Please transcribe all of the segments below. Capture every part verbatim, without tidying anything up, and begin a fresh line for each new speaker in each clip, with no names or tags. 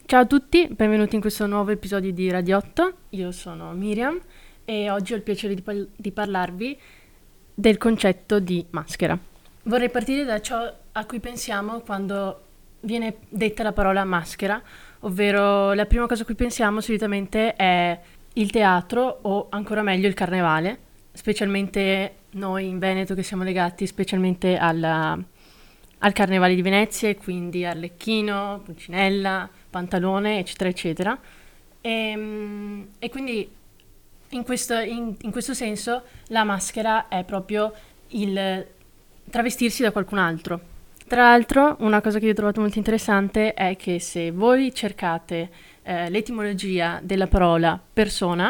Ciao a tutti, benvenuti in questo nuovo episodio di Radio otto. Io sono Miriam e oggi ho il piacere di, par- di parlarvi del concetto di maschera. Vorrei partire da ciò a cui pensiamo quando viene detta la parola maschera, ovvero la prima cosa a cui pensiamo solitamente è il teatro o ancora meglio il carnevale, specialmente noi in Veneto che siamo legati specialmente alla, al Carnevale di Venezia e quindi Arlecchino, Pulcinella, Pantalone, eccetera, eccetera. E, e quindi in questo, in, in questo senso la maschera è proprio il travestirsi da qualcun altro. Tra l'altro, una cosa che io ho trovato molto interessante è che se voi cercate eh, l'etimologia della parola persona,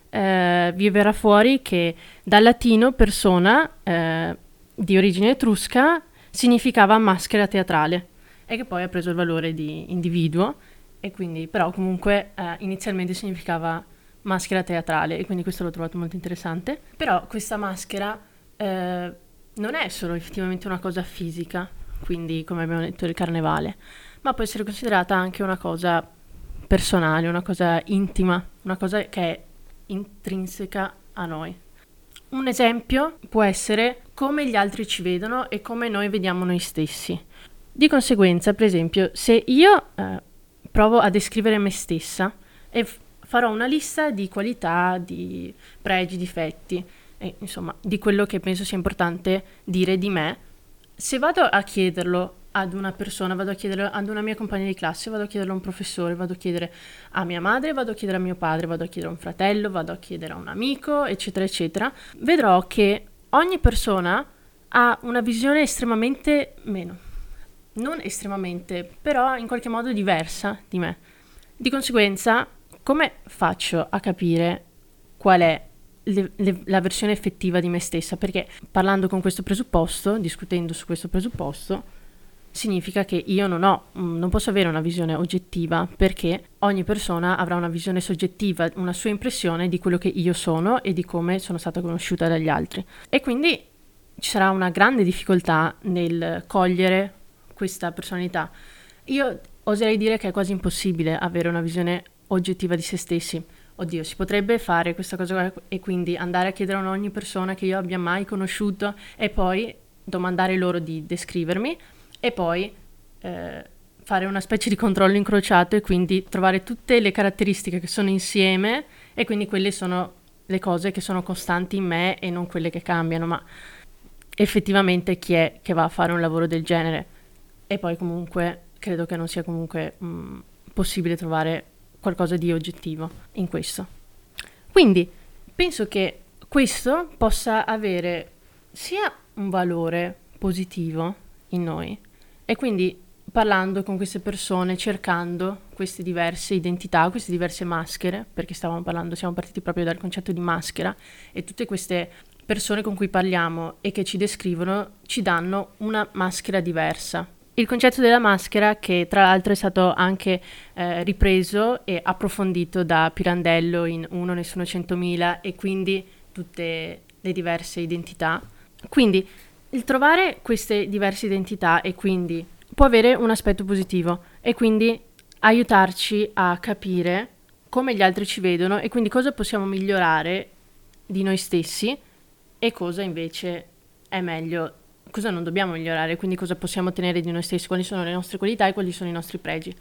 eh, vi verrà fuori che dal latino persona, eh, di origine etrusca, significava maschera teatrale e che poi ha preso il valore di individuo e quindi però comunque eh, inizialmente significava maschera teatrale e quindi questo l'ho trovato molto interessante. Però questa maschera eh, non è solo effettivamente una cosa fisica, quindi come abbiamo detto il carnevale, ma può essere considerata anche una cosa personale, una cosa intima, una cosa che è intrinseca a noi. Un esempio può essere come gli altri ci vedono e come noi vediamo noi stessi. Di conseguenza, per esempio, se io eh, provo a descrivere me stessa e f- farò una lista di qualità, di pregi, difetti, e, insomma, di quello che penso sia importante dire di me, se vado a chiederlo ad una persona, vado a chiederlo ad una mia compagna di classe, vado a chiederlo a un professore, vado a chiedere a mia madre, vado a chiedere a mio padre, vado a chiedere a un fratello, vado a chiedere a un amico, eccetera, eccetera, vedrò che ogni persona ha una visione estremamente meno, non estremamente, però in qualche modo diversa di me. Di conseguenza, come faccio a capire qual è le, le, la versione effettiva di me stessa? Perché parlando con questo presupposto, discutendo su questo presupposto, significa che io non ho, non posso avere una visione oggettiva perché ogni persona avrà una visione soggettiva, una sua impressione di quello che io sono e di come sono stata conosciuta dagli altri. E quindi ci sarà una grande difficoltà nel cogliere questa personalità. Io oserei dire che è quasi impossibile avere una visione oggettiva di se stessi. Oddio, si potrebbe fare questa cosa e quindi andare a chiedere a ogni persona che io abbia mai conosciuto e poi domandare loro di descrivermi e poi eh, fare una specie di controllo incrociato e quindi trovare tutte le caratteristiche che sono insieme e quindi quelle sono le cose che sono costanti in me e non quelle che cambiano, ma effettivamente chi è che va a fare un lavoro del genere? E poi comunque credo che non sia comunque mh, possibile trovare qualcosa di oggettivo in questo. Quindi penso che questo possa avere sia un valore positivo in noi e quindi parlando con queste persone, cercando queste diverse identità, queste diverse maschere, perché stavamo parlando, siamo partiti proprio dal concetto di maschera e tutte queste persone con cui parliamo e che ci descrivono ci danno una maschera diversa. Il concetto della maschera, che tra l'altro è stato anche eh, ripreso e approfondito da Pirandello in Uno ne sono centomila e quindi tutte le diverse identità. Quindi il trovare queste diverse identità e quindi può avere un aspetto positivo e quindi aiutarci a capire come gli altri ci vedono e quindi cosa possiamo migliorare di noi stessi e cosa invece è meglio, cosa non dobbiamo migliorare, quindi cosa possiamo ottenere di noi stessi, quali sono le nostre qualità e quali sono i nostri pregi.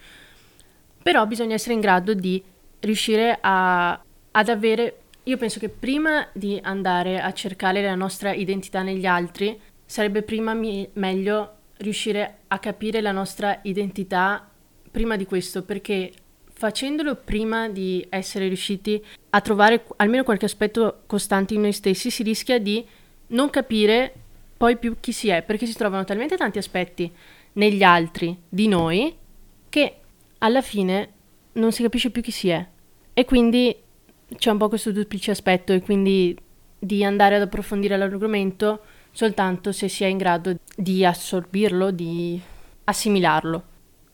Però bisogna essere in grado di riuscire a, ad avere, io penso che prima di andare a cercare la nostra identità negli altri, sarebbe prima mi, meglio riuscire a capire la nostra identità prima di questo, perché facendolo prima di essere riusciti a trovare almeno qualche aspetto costante in noi stessi, si rischia di non capire poi più chi si è, perché si trovano talmente tanti aspetti negli altri di noi che alla fine non si capisce più chi si è. E quindi c'è un po' questo duplice aspetto e quindi di andare ad approfondire l'argomento soltanto se si è in grado di assorbirlo, di assimilarlo.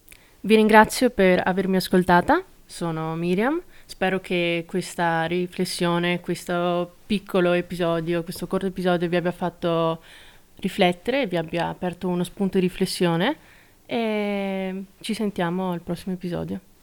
Vi ringrazio per avermi ascoltata, sono Miriam, spero che questa riflessione, questo piccolo episodio, questo corto episodio vi abbia fatto riflettere, vi abbia aperto uno spunto di riflessione e ci sentiamo al prossimo episodio.